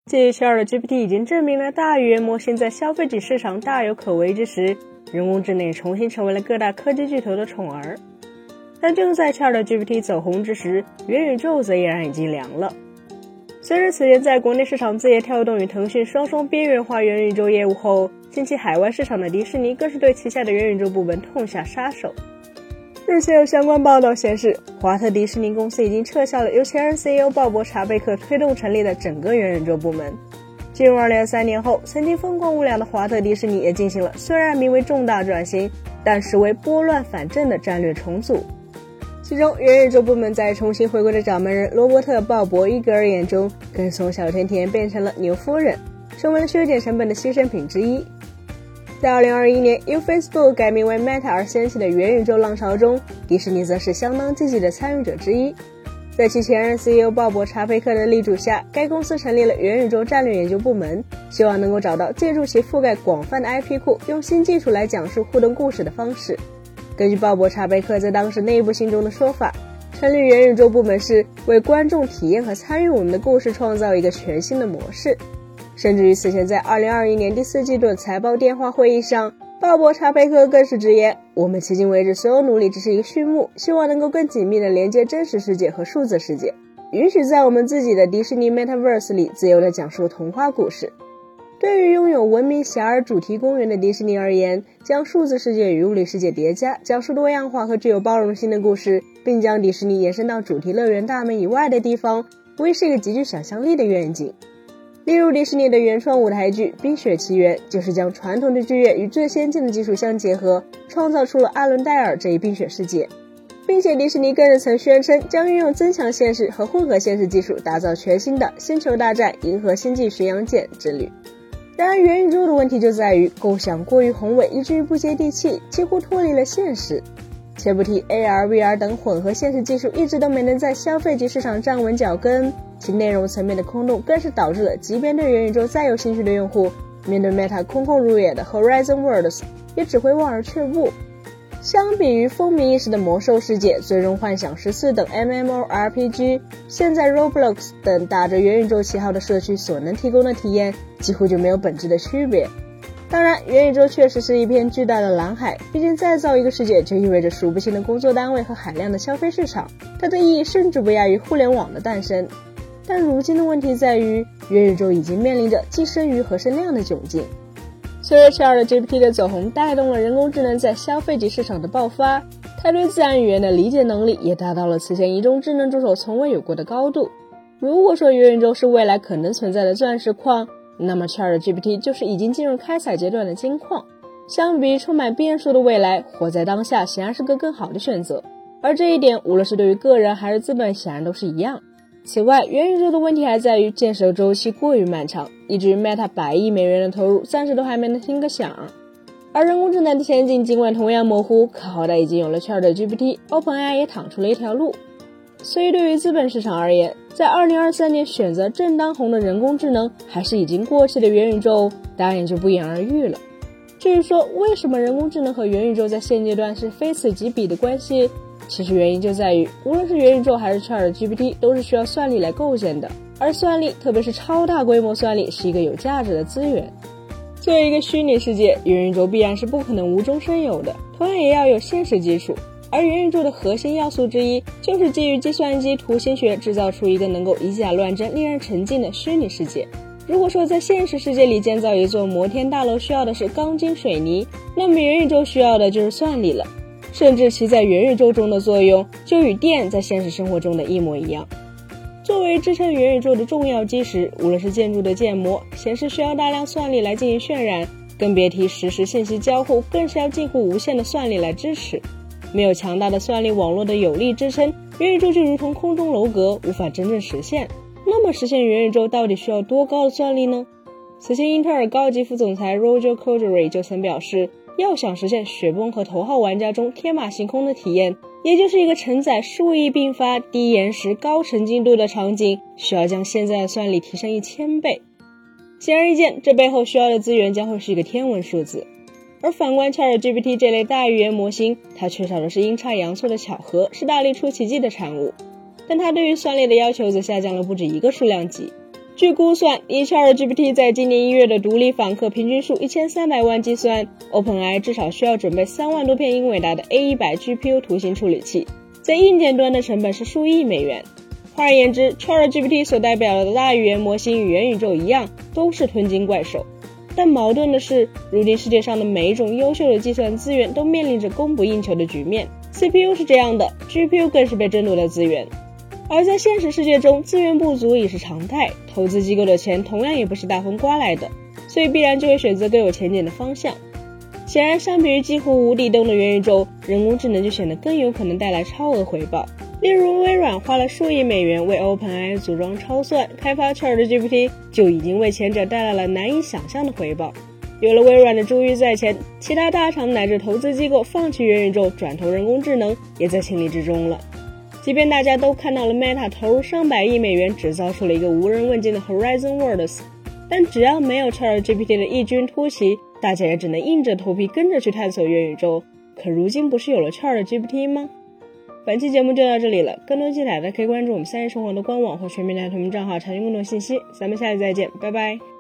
继ChatGPT 已经证明了大语言模型在消费级市场大有可为之时，人工智能也重新成为了各大科技巨头的宠儿。但就在ChatGPT 走红之时，元宇宙则俨然已经凉了。随着此前在国内市场字节跳动与腾讯双双边缘化元宇宙业务后，近期海外市场的迪士尼更是对旗下的元宇宙部门痛下杀手。日前有相关报道显示，华特迪士尼公司已经撤销了由前任 CEO 鲍勃·查贝克推动成立的整个元宇宙部门。进入2023年后，曾经风光无两的华特迪士尼也进行了虽然名为重大转型，但实为拨乱反正的战略重组。其中，元宇宙部门在重新回归的掌门人罗伯特·鲍勃·伊格尔眼中，更从小甜甜变成了牛夫人，成为了削减成本的牺牲品之一。在2021年由 Facebook 改名为 Meta 而掀起的元宇宙浪潮中，迪士尼则是相当积极的参与者之一。在其前任 CEO 鲍勃·查贝克的力主下，该公司成立了元宇宙战略研究部门，希望能够找到借助其覆盖广泛的 IP 库，用新技术来讲述互动故事的方式。根据鲍勃·查贝克在当时内部信中的说法，成立元宇宙部门是为观众体验和参与我们的故事创造一个全新的模式。甚至于此前在2021年第4季度的财报电话会议上，鲍勃·查贝克更是直言，我们迄今为止所有努力只是一个序幕，希望能够更紧密地连接真实世界和数字世界，允许在我们自己的迪士尼 Metaverse 里自由地讲述童话故事。对于拥有闻名遐迩主题公园的迪士尼而言，将数字世界与物理世界叠加，讲述多样化和具有包容性的故事，并将迪士尼延伸到主题乐园大门以外的地方，无疑是一个极具想象力的愿景。例如迪士尼的原创舞台剧《冰雪奇缘》就是将传统的剧院与最先进的技术相结合，创造出了阿伦戴尔这一冰雪世界。并且迪士尼更是曾宣称将运用增强现实和混合现实技术打造全新的星球大战银河星际巡洋舰之旅。然而元宇宙的问题就在于构想过于宏伟，以至于不接地气，几乎脱离了现实。且不提 AR、VR 等混合现实技术一直都没能在消费级市场站稳脚跟，其内容层面的空洞更是导致了即便对元宇宙再有兴趣的用户，面对 Meta 空空如也的 Horizon Worlds 也只会望而却步。相比于风靡一时的魔兽世界、最终幻想14等 MMORPG， 现在 Roblox 等打着元宇宙旗号的社区所能提供的体验几乎就没有本质的区别。当然，元宇宙确实是一片巨大的蓝海，毕竟再造一个世界就意味着数不清的工作单位和海量的消费市场，它的意义甚至不亚于互联网的诞生。但如今的问题在于，元宇宙已经面临着既生瑜和生亮的窘境。随着ChatGPT 的走红，带动了人工智能在消费级市场的爆发，它对自然语言的理解能力也达到了此前一众智能助手从未有过的高度。如果说元宇宙是未来可能存在的钻石矿，那么 ChatGPT 就是已经进入开采阶段的金矿。相比充满变数的未来，活在当下显然是个更好的选择，而这一点无论是对于个人还是资本显然都是一样。此外，元宇宙的问题还在于建设周期过于漫长，以至于 Meta $100亿的投入暂时都还没能听个响。而人工智能的前景尽管同样模糊，可好歹已经有了 ChatGPT， OpenAI 也躺出了一条路。所以对于资本市场而言，在2023年选择正当红的人工智能还是已经过气的元宇宙，答案也就不言而喻了。至于说为什么人工智能和元宇宙在现阶段是非此即彼的关系，其实原因就在于无论是元宇宙还是 ChatGPT 都是需要算力来构建的，而算力，特别是超大规模算力，是一个有价值的资源。作为一个虚拟世界，元宇宙必然是不可能无中生有的，同样也要有现实基础。而元宇宙的核心要素之一，就是基于计算机图形学制造出一个能够以假乱真、令人沉浸的虚拟世界。如果说在现实世界里建造一座摩天大楼需要的是钢筋水泥，那么元宇宙需要的就是算力了。甚至其在元宇宙中的作用，就与电在现实生活中的一模一样。作为支撑元宇宙的重要基石，无论是建筑的建模、显示需要大量算力来进行渲染，更别提实时信息交互，更是要近乎无限的算力来支持。没有强大的算力网络的有力支撑，元宇宙就如同空中楼阁，无法真正实现。那么实现元宇宙到底需要多高的算力呢？此前英特尔高级副总裁 Roger Cordray 就曾表示，要想实现雪崩和头号玩家中天马行空的体验，也就是一个承载数亿并发、低延时、高沉浸度的场景，需要将现在的算力提升1000倍。显而易见，这背后需要的资源将会是一个天文数字。而反观 ChatGPT 这类大语言模型，它缺少的是阴差阳错的巧合，是大力出奇迹的产物。但它对于算力的要求则下降了不止一个数量级。 据估算，以 ChatGPT 在今年1月的独立访客平均数1300万计算， OpenAI 至少需要准备3万多片英伟达的 A100 GPU 图形处理器，在硬件端的成本是数亿美元。换而言之， ChatGPT 所代表的大语言模型与元宇宙一样，都是吞金怪兽。但矛盾的是，如今世界上的每一种优秀的计算资源都面临着供不应求的局面， CPU 是这样的， GPU 更是被争夺的资源。而在现实世界中，资源不足已是常态，投资机构的钱同样也不是大风刮来的，所以必然就会选择更有前景的方向。显然，相比于几乎无底洞的元宇宙，人工智能就显得更有可能带来超额回报。例如，微软花了数亿美元为 OpenAI 组装超算，开发 ChatGPT 就已经为前者带来了难以想象的回报。有了微软的珠玉在前，其他大厂乃至投资机构放弃元宇宙转投人工智能也在情理之中了。即便大家都看到了 Meta 投入上百亿美元只造出了一个无人问津的 Horizon Worlds， 但只要没有 ChatGPT 的异军突起，大家也只能硬着头皮跟着去探索元宇宙。可如今不是有了 ChatGPT 吗？本期节目就到这里了，更多精彩的可以关注我们三人生活的官网或全民大同名账号查询更多信息。咱们下期再见，拜拜。